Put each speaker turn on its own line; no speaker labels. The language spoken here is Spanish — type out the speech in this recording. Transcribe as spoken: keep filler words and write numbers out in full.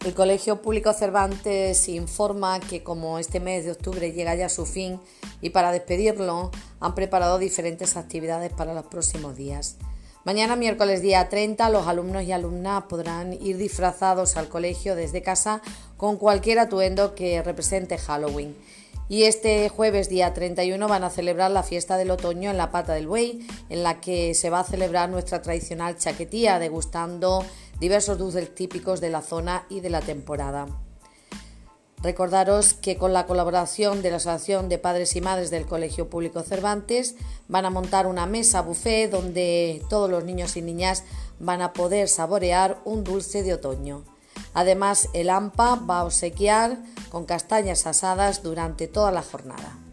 El Colegio Público Cervantes informa que como este mes de octubre llega ya a su fin y para despedirlo han preparado diferentes actividades para los próximos días. Mañana, miércoles día treinta, los alumnos y alumnas podrán ir disfrazados al colegio desde casa con cualquier atuendo que represente Halloween. Y este jueves día treinta y uno van a celebrar la fiesta del otoño en la Pata del Buey, en la que se va a celebrar nuestra tradicional chaquetía, degustando diversos dulces típicos de la zona y de la temporada. Recordaros que con la colaboración de la Asociación de Padres y Madres del Colegio Público Cervantes van a montar una mesa buffet donde todos los niños y niñas van a poder saborear un dulce de otoño. Además, el AMPA va a obsequiar con castañas asadas durante toda la jornada.